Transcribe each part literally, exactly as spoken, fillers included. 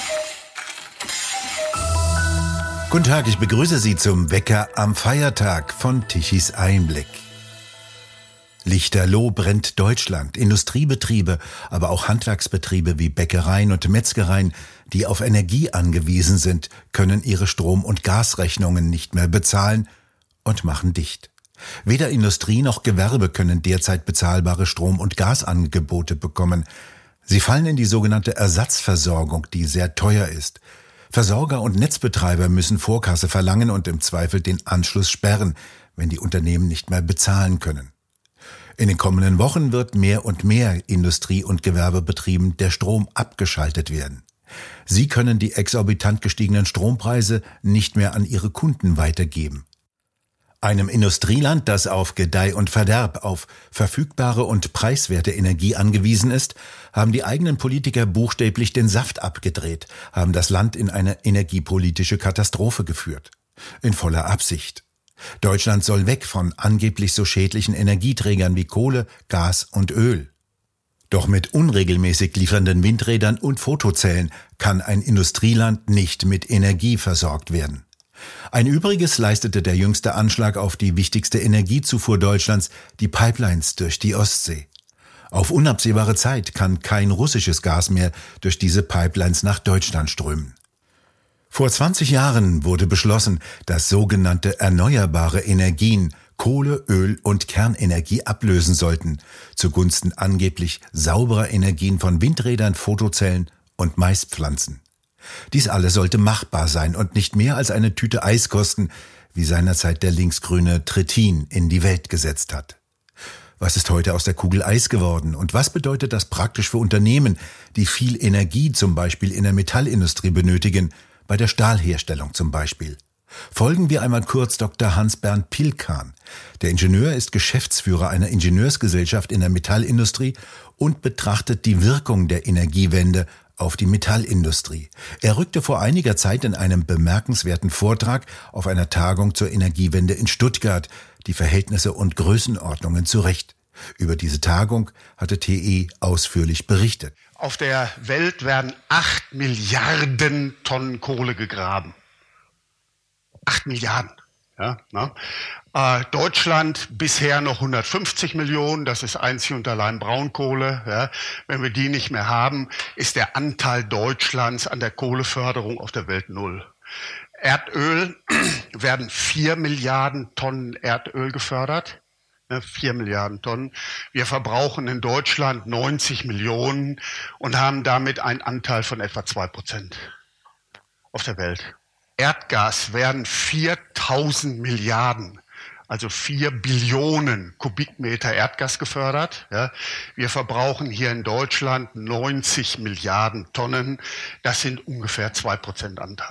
Guten Tag, ich begrüße Sie zum Wecker am Feiertag von Tichys Einblick. Lichterloh brennt Deutschland. Industriebetriebe, aber auch Handwerksbetriebe wie Bäckereien und Metzgereien, die auf Energie angewiesen sind, können ihre Strom- und Gasrechnungen nicht mehr bezahlen und machen dicht. Weder Industrie noch Gewerbe können derzeit bezahlbare Strom- und Gasangebote bekommen. Sie fallen in die sogenannte Ersatzversorgung, die sehr teuer ist. Versorger und Netzbetreiber müssen Vorkasse verlangen und im Zweifel den Anschluss sperren, wenn die Unternehmen nicht mehr bezahlen können. In den kommenden Wochen wird mehr und mehr Industrie- und Gewerbebetrieben der Strom abgeschaltet werden. Sie können die exorbitant gestiegenen Strompreise nicht mehr an ihre Kunden weitergeben. Einem Industrieland, das auf Gedeih und Verderb, auf verfügbare und preiswerte Energie angewiesen ist, haben die eigenen Politiker buchstäblich den Saft abgedreht, haben das Land in eine energiepolitische Katastrophe geführt. In voller Absicht. Deutschland soll weg von angeblich so schädlichen Energieträgern wie Kohle, Gas und Öl. Doch mit unregelmäßig liefernden Windrädern und Photozellen kann ein Industrieland nicht mit Energie versorgt werden. Ein Übriges leistete der jüngste Anschlag auf die wichtigste Energiezufuhr Deutschlands, die Pipelines durch die Ostsee. Auf unabsehbare Zeit kann kein russisches Gas mehr durch diese Pipelines nach Deutschland strömen. Vor zwanzig Jahren wurde beschlossen, dass sogenannte erneuerbare Energien Kohle, Öl und Kernenergie ablösen sollten, zugunsten angeblich sauberer Energien von Windrädern, Photozellen und Maispflanzen. Dies alles sollte machbar sein und nicht mehr als eine Tüte Eis kosten, wie seinerzeit der linksgrüne Trittin in die Welt gesetzt hat. Was ist heute aus der Kugel Eis geworden und was bedeutet das praktisch für Unternehmen, die viel Energie zum Beispiel in der Metallindustrie benötigen, bei der Stahlherstellung zum Beispiel? Folgen wir einmal kurz Doktor Hans-Bernd Pilkan. Der Ingenieur ist Geschäftsführer einer Ingenieursgesellschaft in der Metallindustrie und betrachtet die Wirkung der Energiewende auf die Metallindustrie. Er rückte vor einiger Zeit in einem bemerkenswerten Vortrag auf einer Tagung zur Energiewende in Stuttgart die Verhältnisse und Größenordnungen zurecht. Über diese Tagung hatte T E ausführlich berichtet. Auf der Welt werden acht Milliarden Tonnen Kohle gegraben. Acht Milliarden. Ja, ne? äh, Deutschland bisher noch hundertfünfzig Millionen, das ist einzig und allein Braunkohle. Ja. Wenn wir die nicht mehr haben, ist der Anteil Deutschlands an der Kohleförderung auf der Welt null. Erdöl werden vier Milliarden Tonnen Erdöl gefördert. Ne, vier Milliarden Tonnen. Wir verbrauchen in Deutschland neunzig Millionen und haben damit einen Anteil von etwa zwei Prozent auf der Welt. Erdgas werden viertausend Milliarden, also vier Billionen Kubikmeter Erdgas gefördert. Ja. Wir verbrauchen hier in Deutschland neunzig Milliarden Tonnen. Das sind ungefähr zwei Prozent Anteil.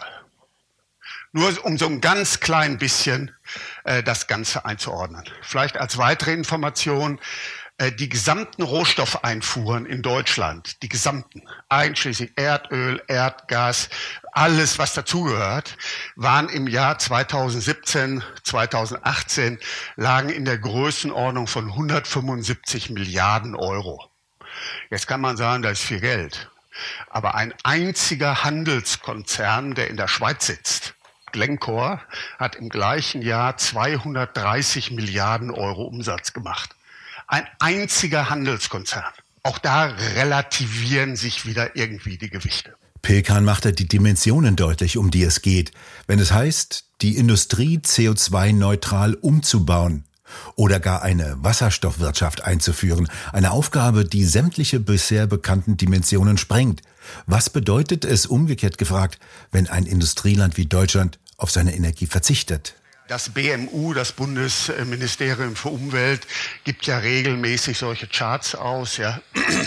Nur um so ein ganz klein bisschen äh, das Ganze einzuordnen. Vielleicht als weitere Information: äh, Die gesamten Rohstoffeinfuhren in Deutschland, die gesamten, einschließlich Erdöl, Erdgas, alles, was dazugehört, waren im Jahr zweitausendsiebzehn, zweitausendachtzehn, lagen in der Größenordnung von hundertfünfundsiebzig Milliarden Euro. Jetzt kann man sagen, das ist viel Geld. Aber ein einziger Handelskonzern, der in der Schweiz sitzt, Glencore, hat im gleichen Jahr zweihundertdreißig Milliarden Euro Umsatz gemacht. Ein einziger Handelskonzern. Auch da relativieren sich wieder irgendwie die Gewichte. Pilkan machte die Dimensionen deutlich, um die es geht, wenn es heißt, die Industrie C O zwei neutral umzubauen oder gar eine Wasserstoffwirtschaft einzuführen, eine Aufgabe, die sämtliche bisher bekannten Dimensionen sprengt. Was bedeutet es, umgekehrt gefragt, wenn ein Industrieland wie Deutschland auf seine Energie verzichtet? Das B M U, das Bundesministerium für Umwelt, gibt ja regelmäßig solche Charts aus, ja,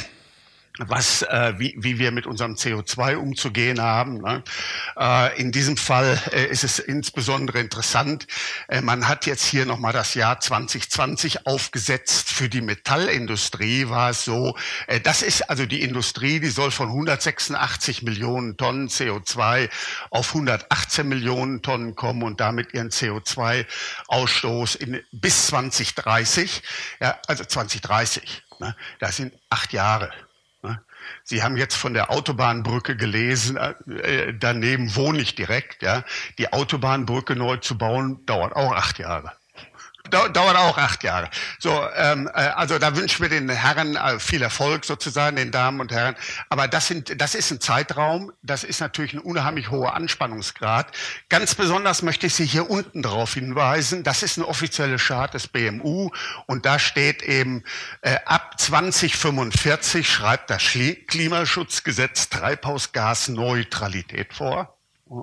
was, äh, wie, wie wir mit unserem C O zwei umzugehen haben. Ne? Äh, in diesem Fall äh, ist es insbesondere interessant, äh, man hat jetzt hier nochmal das Jahr zwanzig zwanzig aufgesetzt. Für die Metallindustrie war es so, äh, das ist also die Industrie, die soll von hundertsechsundachtzig Millionen Tonnen C O zwei auf hundertachtzehn Millionen Tonnen kommen und damit ihren C O zwei Ausstoß in, bis zwanzig dreißig, ja, also zwanzig dreißig, ne? Das sind acht Jahre. Sie haben jetzt von der Autobahnbrücke gelesen, äh, daneben wohne ich direkt. Ja, die Autobahnbrücke neu zu bauen, dauert auch acht Jahre. Dauert auch acht Jahre. So, ähm, also da wünschen wir den Herren viel Erfolg sozusagen, den Damen und Herren. Aber das sind, das ist ein Zeitraum, das ist natürlich ein unheimlich hoher Anspannungsgrad. Ganz besonders möchte ich Sie hier unten darauf hinweisen, das ist eine offizielle Chart des B M U und da steht eben, äh, ab zwanzig fünfundvierzig schreibt das Klimaschutzgesetz Treibhausgasneutralität vor.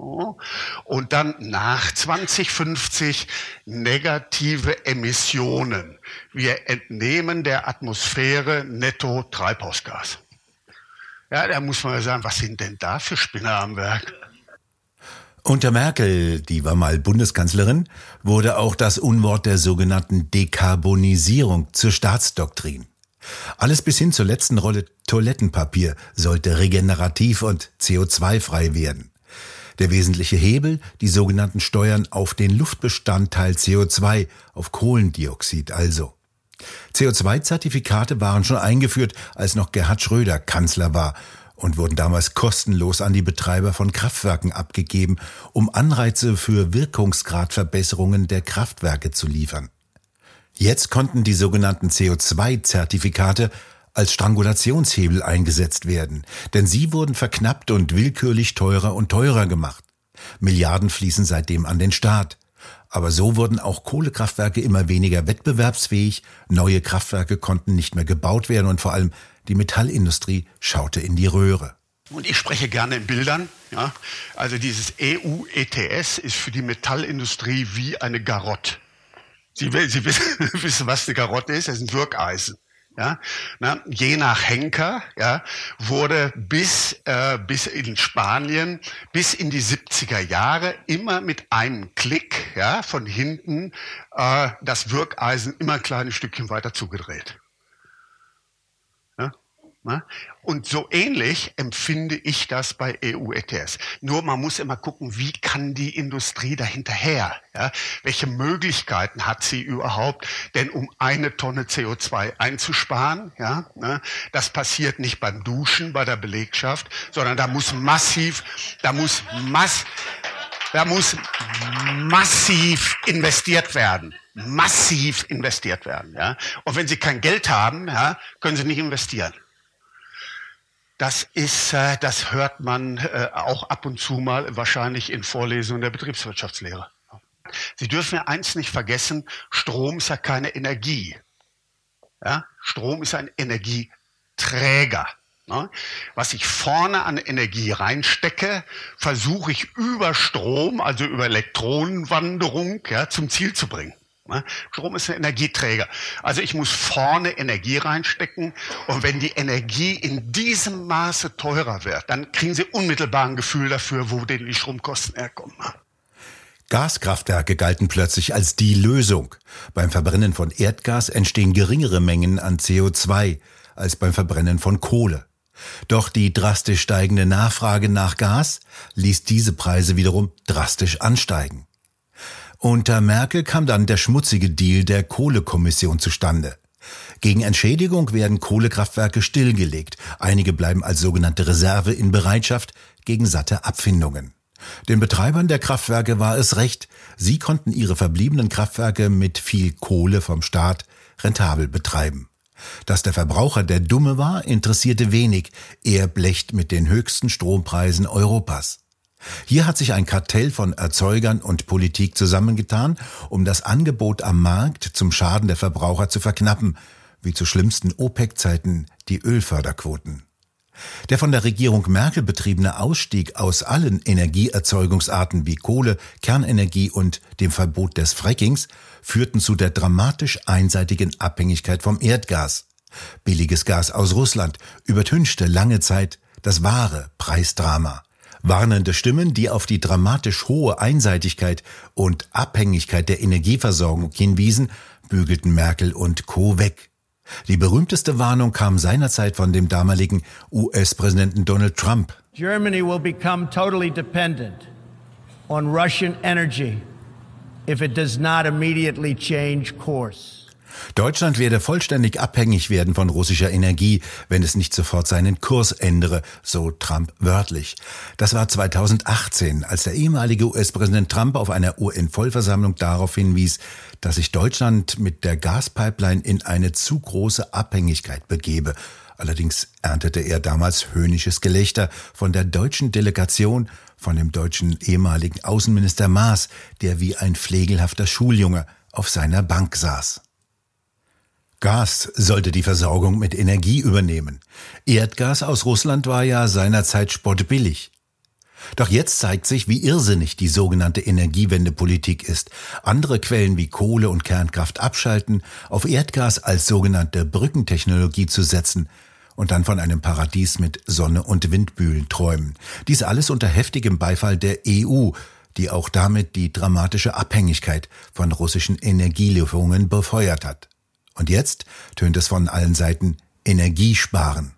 Und dann nach zwanzig fünfzig negative Emissionen. Wir entnehmen der Atmosphäre netto Treibhausgas. Ja, da muss man ja sagen, was sind denn da für Spinner am Werk? Unter Merkel, die war mal Bundeskanzlerin, wurde auch das Unwort der sogenannten Dekarbonisierung zur Staatsdoktrin. Alles bis hin zur letzten Rolle Toilettenpapier sollte regenerativ und C O zwei frei werden. Der wesentliche Hebel, die sogenannten Steuern auf den Luftbestandteil C O zwei, auf Kohlendioxid also. C O zwei Zertifikate waren schon eingeführt, als noch Gerhard Schröder Kanzler war und wurden damals kostenlos an die Betreiber von Kraftwerken abgegeben, um Anreize für Wirkungsgradverbesserungen der Kraftwerke zu liefern. Jetzt konnten die sogenannten C O zwei Zertifikate als Strangulationshebel eingesetzt werden, denn sie wurden verknappt und willkürlich teurer und teurer gemacht. Milliarden fließen seitdem an den Staat. Aber so wurden auch Kohlekraftwerke immer weniger wettbewerbsfähig, neue Kraftwerke konnten nicht mehr gebaut werden und vor allem die Metallindustrie schaute in die Röhre. Und ich spreche gerne in Bildern. Ja? Also dieses E U E T S ist für die Metallindustrie wie eine Garotte. Sie, Sie wissen, wissen, was eine Garotte ist, das ist ein Würgeisen. Ja, na, je nach Henker, ja, wurde bis äh, bis in Spanien bis in die siebziger Jahre immer mit einem Klick, ja, von hinten äh, das Würgeisen immer ein kleines Stückchen weiter zugedreht. Ja, na? Und so ähnlich empfinde ich das bei E U E T S. Nur man muss immer gucken, wie kann die Industrie dahinterher? Ja? Welche Möglichkeiten hat sie überhaupt, denn um eine Tonne C O zwei einzusparen? Ja? Ne? Das passiert nicht beim Duschen, bei der Belegschaft, sondern da muss massiv, da muss mass, da muss massiv investiert werden. Massiv investiert werden. Ja? Und wenn Sie kein Geld haben, ja, können Sie nicht investieren. Das ist, äh, das hört man äh, auch ab und zu mal wahrscheinlich in Vorlesungen der Betriebswirtschaftslehre. Sie dürfen ja eins nicht vergessen, Strom ist ja keine Energie. Ja? Strom ist ein Energieträger. Ne? Was ich vorne an Energie reinstecke, versuche ich über Strom, also über Elektronenwanderung, ja, zum Ziel zu bringen. Strom ist ein Energieträger. Also ich muss vorne Energie reinstecken und wenn die Energie in diesem Maße teurer wird, dann kriegen Sie unmittelbar ein Gefühl dafür, wo denn die Stromkosten herkommen. Gaskraftwerke galten plötzlich als die Lösung. Beim Verbrennen von Erdgas entstehen geringere Mengen an C O zwei als beim Verbrennen von Kohle. Doch die drastisch steigende Nachfrage nach Gas ließ diese Preise wiederum drastisch ansteigen. Unter Merkel kam dann der schmutzige Deal der Kohlekommission zustande. Gegen Entschädigung werden Kohlekraftwerke stillgelegt. Einige bleiben als sogenannte Reserve in Bereitschaft gegen satte Abfindungen. Den Betreibern der Kraftwerke war es recht. Sie konnten ihre verbliebenen Kraftwerke mit viel Kohle vom Staat rentabel betreiben. Dass der Verbraucher der Dumme war, interessierte wenig. Er blecht mit den höchsten Strompreisen Europas. Hier hat sich ein Kartell von Erzeugern und Politik zusammengetan, um das Angebot am Markt zum Schaden der Verbraucher zu verknappen, wie zu schlimmsten OPEC-Zeiten die Ölförderquoten. Der von der Regierung Merkel betriebene Ausstieg aus allen Energieerzeugungsarten wie Kohle, Kernenergie und dem Verbot des Frackings führten zu der dramatisch einseitigen Abhängigkeit vom Erdgas. Billiges Gas aus Russland übertünchte lange Zeit das wahre Preisdrama. Warnende Stimmen, die auf die dramatisch hohe Einseitigkeit und Abhängigkeit der Energieversorgung hinwiesen, bügelten Merkel und Co. weg. Die berühmteste Warnung kam seinerzeit von dem damaligen U S-Präsidenten Donald Trump. Germany will become totally dependent on Russian energy if it does not immediately change course. Deutschland werde vollständig abhängig werden von russischer Energie, wenn es nicht sofort seinen Kurs ändere, so Trump wörtlich. Das war zweitausendachtzehn, als der ehemalige U S-Präsident Trump auf einer U N-Vollversammlung darauf hinwies, dass sich Deutschland mit der Gaspipeline in eine zu große Abhängigkeit begebe. Allerdings erntete er damals höhnisches Gelächter von der deutschen Delegation, von dem deutschen ehemaligen Außenminister Maas, der wie ein pflegelhafter Schuljunge auf seiner Bank saß. Gas sollte die Versorgung mit Energie übernehmen. Erdgas aus Russland war ja seinerzeit spottbillig. Doch jetzt zeigt sich, wie irrsinnig die sogenannte Energiewendepolitik ist. Andere Quellen wie Kohle und Kernkraft abschalten, auf Erdgas als sogenannte Brückentechnologie zu setzen und dann von einem Paradies mit Sonne und Windmühlen träumen. Dies alles unter heftigem Beifall der E U, die auch damit die dramatische Abhängigkeit von russischen Energielieferungen befeuert hat. Und jetzt tönt es von allen Seiten Energiesparen.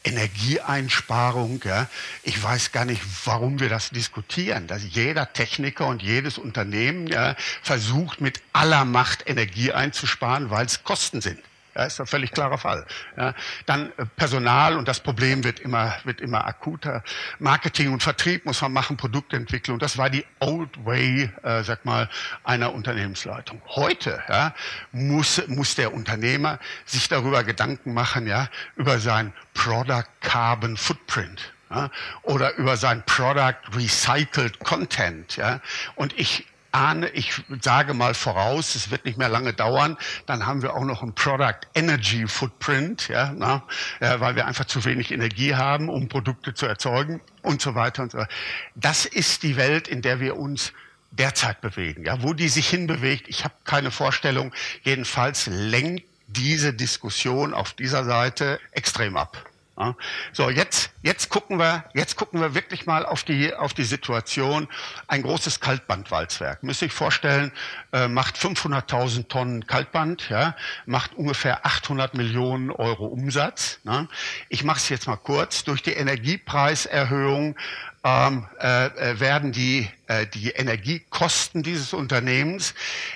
Energieeinsparung, ja. Ich weiß gar nicht, warum wir das diskutieren. Dass jeder Techniker und jedes Unternehmen ja, versucht, mit aller Macht Energie einzusparen, weil es Kosten sind. Ja, ist ein völlig klarer Fall. Ja, dann äh, Personal, und das Problem wird immer, wird immer akuter. Marketing und Vertrieb muss man machen, Produktentwicklung. Das war die old way, äh, sag mal, einer Unternehmensleitung. Heute ja, muss, muss der Unternehmer sich darüber Gedanken machen, ja, über sein Product Carbon Footprint. Ja, oder über sein Product Recycled Content. Ja, und ich ahne, ich sage mal voraus, es wird nicht mehr lange dauern, dann haben wir auch noch ein Product Energy Footprint, ja, na, ja, weil wir einfach zu wenig Energie haben, um Produkte zu erzeugen und so weiter und so weiter. Das ist die Welt, in der wir uns derzeit bewegen. Ja, wo die sich hinbewegt, ich habe keine Vorstellung. Jedenfalls lenkt diese Diskussion auf dieser Seite extrem ab. Ja. So, jetzt, jetzt gucken wir, jetzt gucken wir wirklich mal auf die, auf die Situation. Ein großes Kaltbandwalzwerk. Müsst ihr euch vorstellen, äh, macht fünfhunderttausend Tonnen Kaltband, ja, macht ungefähr achthundert Millionen Euro Umsatz. Ne. Ich mache es jetzt mal kurz. Durch die Energiepreiserhöhung ähm, äh, werden die, äh, die Energiekosten dieses Unternehmens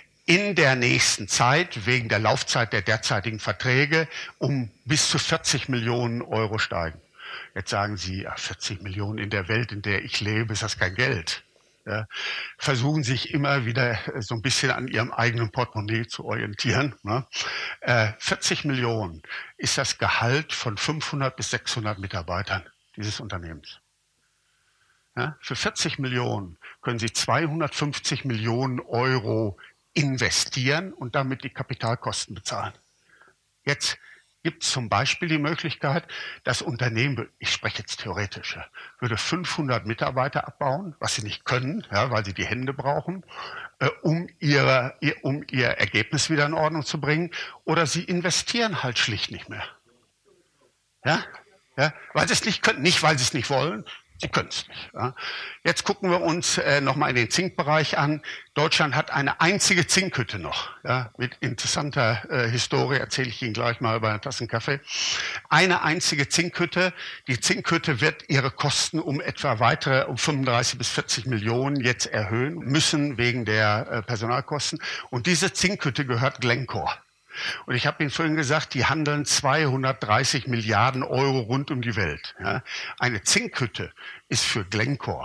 in der nächsten Zeit, wegen der Laufzeit der derzeitigen Verträge, um bis zu vierzig Millionen Euro steigen. Jetzt sagen Sie, ja, vierzig Millionen in der Welt, in der ich lebe, ist das kein Geld. Ja, versuchen sich immer wieder so ein bisschen an ihrem eigenen Portemonnaie zu orientieren. Ne? Äh, vierzig Millionen ist das Gehalt von fünfhundert bis sechshundert Mitarbeitern dieses Unternehmens. Ja, für vierzig Millionen können Sie zweihundertfünfzig Millionen Euro investieren und damit die Kapitalkosten bezahlen. Jetzt gibt es zum Beispiel die Möglichkeit, das Unternehmen, ich spreche jetzt theoretisch, würde fünfhundert Mitarbeiter abbauen, was sie nicht können, ja, weil sie die Hände brauchen, äh, um, ihre, ihr, um ihr Ergebnis wieder in Ordnung zu bringen, oder sie investieren halt schlicht nicht mehr. Ja? Ja? Weil sie es nicht können, nicht weil sie es nicht wollen. Sie können es nicht. Ja. Jetzt gucken wir uns äh, nochmal in den Zinkbereich an. Deutschland hat eine einzige Zinkhütte noch. Ja, mit interessanter äh, Historie erzähle ich Ihnen gleich mal bei einer Tasse Kaffee. Eine einzige Zinkhütte. Die Zinkhütte wird ihre Kosten um etwa weitere um fünfunddreißig bis vierzig Millionen jetzt erhöhen müssen wegen der äh, Personalkosten. Und diese Zinkhütte gehört Glencore. Und ich habe Ihnen vorhin gesagt, die handeln zweihundertdreißig Milliarden Euro rund um die Welt. Ja. Eine Zinkhütte ist für Glencore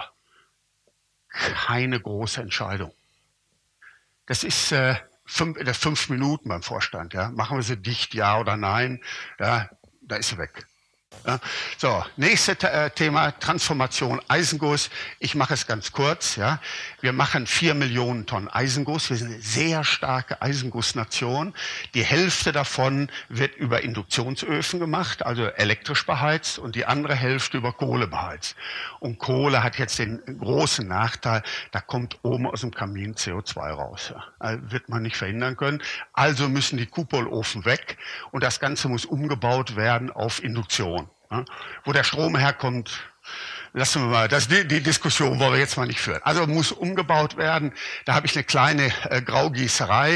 keine große Entscheidung. Das ist äh, fünf, das fünf Minuten beim Vorstand. Ja. Machen wir sie dicht, ja oder nein? Ja, da ist sie weg. Ja. So, nächstes äh, Thema, Transformation Eisenguss. Ich mache es ganz kurz. Ja. Wir machen vier Millionen Tonnen Eisenguss. Wir sind eine sehr starke Eisengussnation. Die Hälfte davon wird über Induktionsöfen gemacht, also elektrisch beheizt, und die andere Hälfte über Kohle beheizt. Und Kohle hat jetzt den großen Nachteil, da kommt oben aus dem Kamin C O zwei raus. Ja. Also wird man nicht verhindern können. Also müssen die Kupolofen weg und das Ganze muss umgebaut werden auf Induktion. Ja, wo der Strom herkommt, lassen wir mal, das, die, die Diskussion wollen wir jetzt mal nicht führen. Also muss umgebaut werden. Da habe ich eine kleine äh, Graugießerei,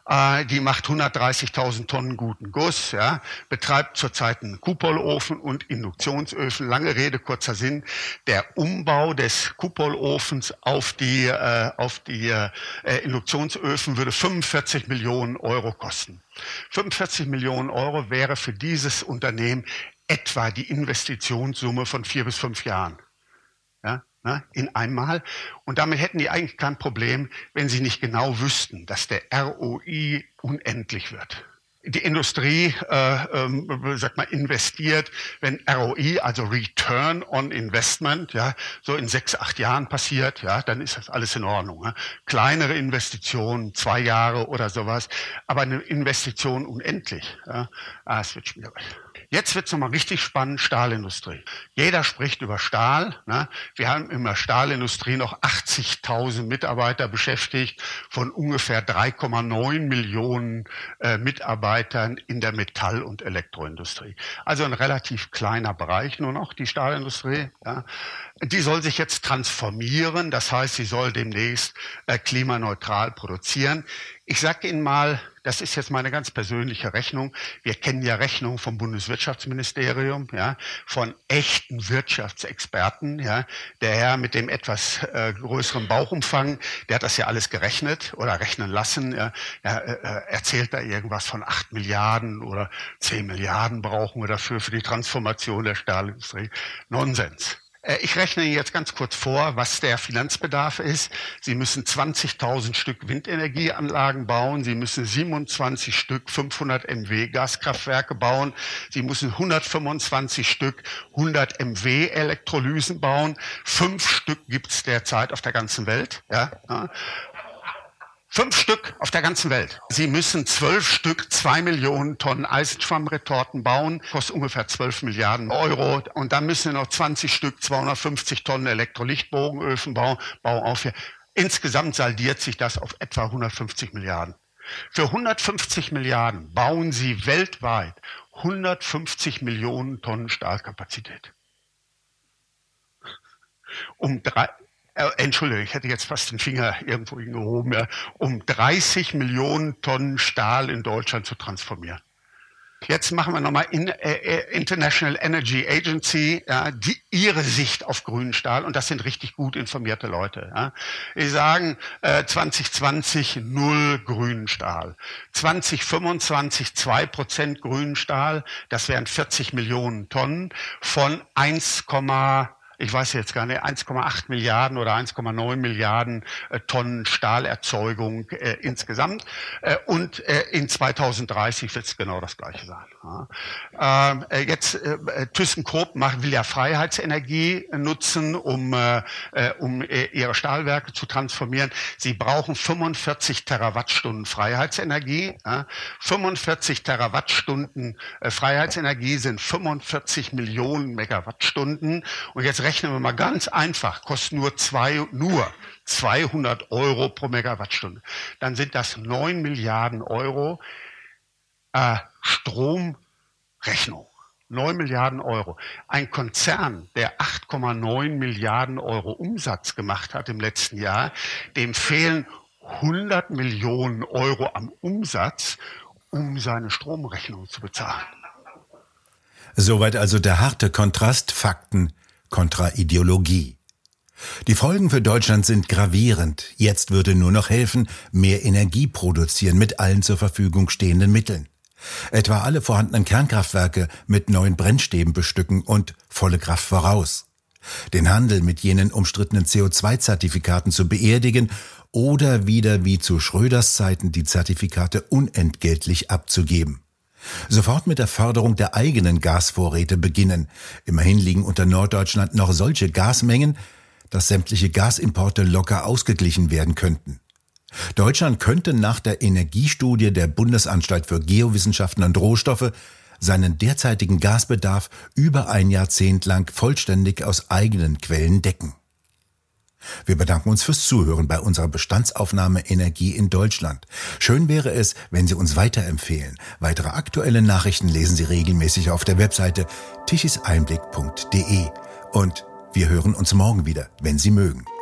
Äh, die macht hundertdreißigtausend Tonnen guten Guss, ja, betreibt zurzeit einen Kupolofen und Induktionsöfen. Lange Rede, kurzer Sinn. Der Umbau des Kupolofens auf die, äh, auf die äh, Induktionsöfen würde fünfundvierzig Millionen Euro kosten. fünfundvierzig Millionen Euro wäre für dieses Unternehmen etwa die Investitionssumme von vier bis fünf Jahren. Ja, ne, in einmal. Und damit hätten die eigentlich kein Problem, wenn sie nicht genau wüssten, dass der R O I unendlich wird. Die Industrie, äh, ähm, sag mal, investiert, wenn R O I, also Return on Investment, ja, so in sechs, acht Jahren passiert, ja, dann ist das alles in Ordnung. Ja. Kleinere Investitionen, zwei Jahre oder sowas, aber eine Investition unendlich, ja, ah, es wird schwierig. Jetzt wird's nochmal richtig spannend, Stahlindustrie. Jeder spricht über Stahl. Ne? Wir haben in der Stahlindustrie noch achtzigtausend Mitarbeiter beschäftigt von ungefähr drei Komma neun Millionen äh, Mitarbeitern in der Metall- und Elektroindustrie. Also ein relativ kleiner Bereich nur noch, die Stahlindustrie. Ja? Die soll sich jetzt transformieren, das heißt, sie soll demnächst äh, klimaneutral produzieren. Ich sage Ihnen mal, das ist jetzt meine ganz persönliche Rechnung. Wir kennen ja Rechnungen vom Bundeswirtschaftsministerium, ja, von echten Wirtschaftsexperten. Ja. Der Herr mit dem etwas äh, größeren Bauchumfang, der hat das ja alles gerechnet oder rechnen lassen. Ja. Er äh, erzählt da irgendwas von acht Milliarden oder zehn Milliarden brauchen wir dafür für die Transformation der Stahlindustrie. Nonsens. Ich rechne Ihnen jetzt ganz kurz vor, was der Finanzbedarf ist. Sie müssen zwanzigtausend Stück Windenergieanlagen bauen. Sie müssen siebenundzwanzig Stück fünfhundert Megawatt Gaskraftwerke bauen. Sie müssen hundertfünfundzwanzig Stück hundert Megawatt Elektrolysen bauen. Fünf Stück gibt's derzeit auf der ganzen Welt. Ja, ja. Fünf Stück auf der ganzen Welt. Sie müssen zwölf Stück, zwei Millionen Tonnen Eisenschwammretorten bauen, kostet ungefähr zwölf Milliarden Euro. Und dann müssen Sie noch zwanzig Stück, zweihundertfünfzig Tonnen Elektrolichtbogenöfen bauen, bauen auf. Insgesamt saldiert sich das auf etwa hundertfünfzig Milliarden. Für hundertfünfzig Milliarden bauen Sie weltweit hundertfünfzig Millionen Tonnen Stahlkapazität. Um drei Äh, Entschuldigung, ich hätte jetzt fast den Finger irgendwo hingehoben, ja, um dreißig Millionen Tonnen Stahl in Deutschland zu transformieren. Jetzt machen wir nochmal in, äh, International Energy Agency, ja, die, ihre Sicht auf grünen Stahl, und das sind richtig gut informierte Leute. Ja. Die sagen, äh, zwanzig zwanzig null grünen Stahl, zwanzig fünfundzwanzig zwei Prozent grünen Stahl, das wären vierzig Millionen Tonnen von eins, ich weiß jetzt gar nicht, eins Komma acht Milliarden oder eins Komma neun Milliarden äh, Tonnen Stahlerzeugung äh, insgesamt. Äh, und äh, in zweitausenddreißig wird es genau das Gleiche sein. Ja. Äh, jetzt, äh, ThyssenKrupp macht, will ja Freiheitsenergie nutzen, um, äh, um äh, ihre Stahlwerke zu transformieren. Sie brauchen fünfundvierzig Terawattstunden Freiheitsenergie. Ja. fünfundvierzig Terawattstunden äh, Freiheitsenergie sind fünfundvierzig Millionen Megawattstunden. Und jetzt rechnen wir mal ganz einfach, kostet nur zwei, nur zweihundert Euro pro Megawattstunde. Dann sind das neun Milliarden Euro äh, Stromrechnung. neun Milliarden Euro. Ein Konzern, der acht Komma neun Milliarden Euro Umsatz gemacht hat im letzten Jahr, dem fehlen hundert Millionen Euro am Umsatz, um seine Stromrechnung zu bezahlen. Soweit also der harte Kontrast Fakten kontra Ideologie. Die Folgen für Deutschland sind gravierend. Jetzt würde nur noch helfen, mehr Energie produzieren mit allen zur Verfügung stehenden Mitteln. Etwa alle vorhandenen Kernkraftwerke mit neuen Brennstäben bestücken und volle Kraft voraus. Den Handel mit jenen umstrittenen C O zwei Zertifikaten zu beerdigen oder wieder wie zu Schröders Zeiten die Zertifikate unentgeltlich abzugeben. Sofort mit der Förderung der eigenen Gasvorräte beginnen. Immerhin liegen unter Norddeutschland noch solche Gasmengen, dass sämtliche Gasimporte locker ausgeglichen werden könnten. Deutschland könnte nach der Energiestudie der Bundesanstalt für Geowissenschaften und Rohstoffe seinen derzeitigen Gasbedarf über ein Jahrzehnt lang vollständig aus eigenen Quellen decken. Wir bedanken uns fürs Zuhören bei unserer Bestandsaufnahme Energie in Deutschland. Schön wäre es, wenn Sie uns weiterempfehlen. Weitere aktuelle Nachrichten lesen Sie regelmäßig auf der Webseite tichiseinblick punkt de. Und wir hören uns morgen wieder, wenn Sie mögen.